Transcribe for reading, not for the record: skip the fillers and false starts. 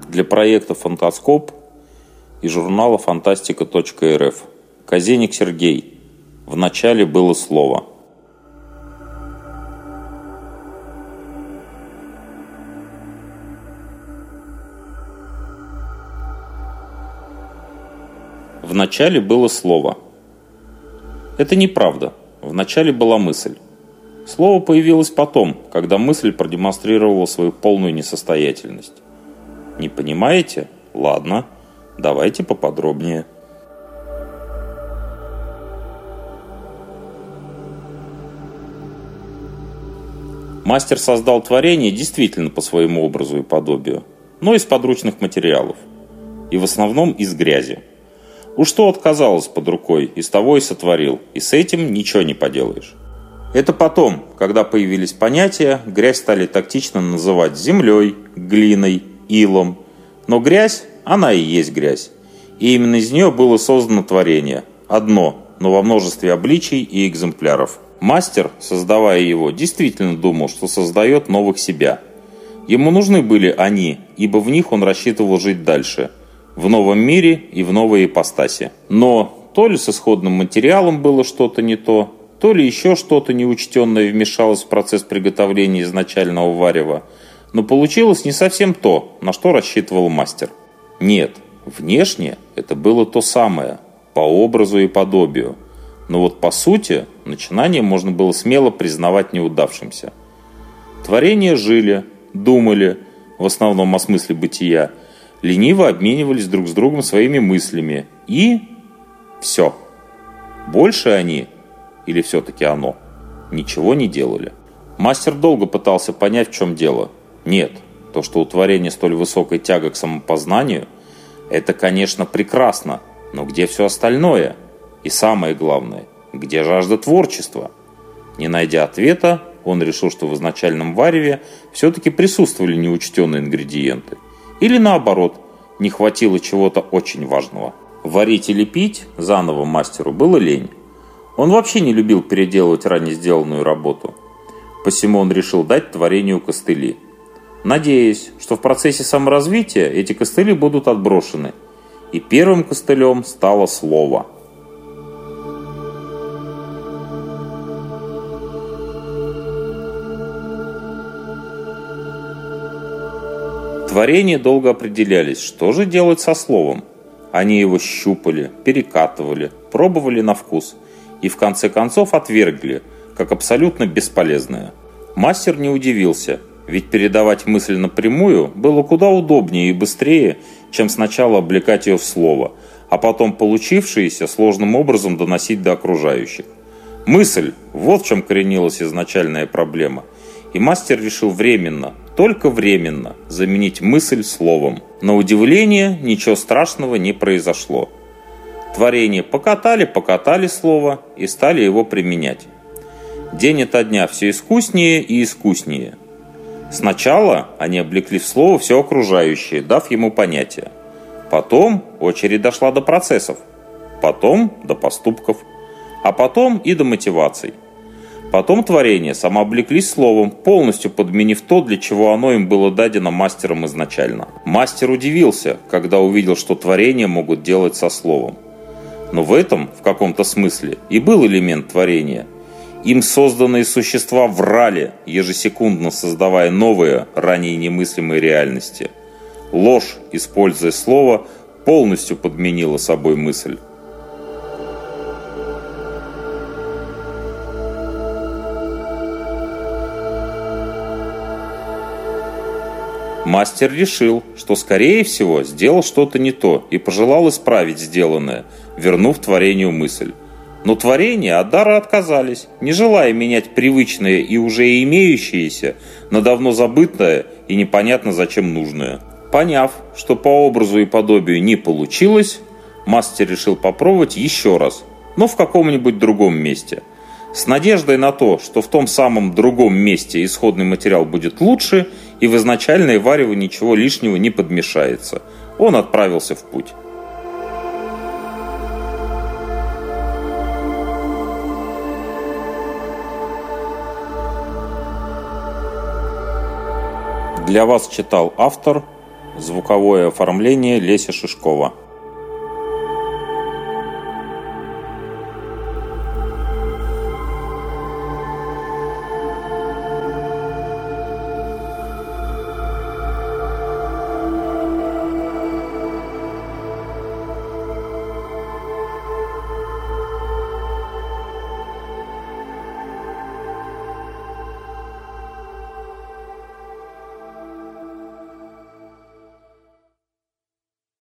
Для проекта «Фантаскоп» и журнала «Фантастика.рф». Казеник Сергей. В начале было слово. В начале было слово. Это неправда. В начале была мысль. Слово появилось потом, когда мысль продемонстрировала свою полную несостоятельность. Не понимаете? Ладно, давайте поподробнее. Мастер создал творение действительно по своему образу и подобию, но из подручных материалов. И в основном из грязи. Уж что отказалось под рукой, из того и сотворил, и с этим ничего не поделаешь. Это потом, когда появились понятия, грязь стали тактично называть землей, глиной, илом. Но грязь, она и есть грязь. И именно из нее было создано творение. Одно, но во множестве обличий и экземпляров. Мастер, создавая его, действительно думал, что создает новых себя. Ему нужны были они, ибо в них он рассчитывал жить дальше. В новом мире и в новой ипостаси. Но то ли с исходным материалом было что-то не то ли еще что-то неучтенное вмешалось в процесс приготовления изначального варева. Но получилось не совсем то, на что рассчитывал мастер. Нет, внешне это было то самое, по образу и подобию. Но вот по сути, начинание можно было смело признавать неудавшимся. Творения жили, думали, в основном о смысле бытия, лениво обменивались друг с другом своими мыслями. И все. Больше они, или все-таки оно, ничего не делали. Мастер долго пытался понять, в чем дело. Нет, то, что у творения столь высокая тяга к самопознанию, это, конечно, прекрасно, но где все остальное? И самое главное, где жажда творчества? Не найдя ответа, он решил, что в изначальном вареве все-таки присутствовали неучтенные ингредиенты. Или наоборот, не хватило чего-то очень важного. Варить или пить заново мастеру было лень. Он вообще не любил переделывать ранее сделанную работу. Посему он решил дать творению костыли. Надеясь, что в процессе саморазвития эти костыли будут отброшены. И первым костылем стало слово. Творения долго определялись, что же делать со словом. Они его щупали, перекатывали, пробовали на вкус и в конце концов отвергли, как абсолютно бесполезное. Мастер не удивился, ведь передавать мысль напрямую было куда удобнее и быстрее, чем сначала облекать ее в слово, а потом получившееся сложным образом доносить до окружающих. Мысль – вот в чем коренилась изначальная проблема. И мастер решил временно, только временно, заменить мысль словом. На удивление, ничего страшного не произошло. Творения покатали слово и стали его применять. День ото дня все искуснее и искуснее. Сначала они облекли в слово все окружающее, дав ему понятие. Потом очередь дошла до процессов. Потом до поступков. А потом и до мотиваций. Потом творения самооблеклись словом, полностью подменив то, для чего оно им было дадено мастером изначально. Мастер удивился, когда увидел, что творения могут делать со словом. Но в этом, в каком-то смысле, и был элемент творения. Им созданные существа врали, ежесекундно создавая новые, ранее немыслимые реальности. Ложь, используя слово, полностью подменила собой мысль. Мастер решил, что, скорее всего, сделал что-то не то и пожелал исправить сделанное, вернув творению мысль. Но творения от дара отказались, не желая менять привычное и уже имеющееся на давно забытое и непонятно зачем нужное. Поняв, что по образу и подобию не получилось, мастер решил попробовать еще раз, но в каком-нибудь другом месте. С надеждой на то, что в том самом другом месте исходный материал будет лучше и в изначальное варево ничего лишнего не подмешается, он отправился в путь. Для вас читал автор Звуковое оформление Леся Шишкова.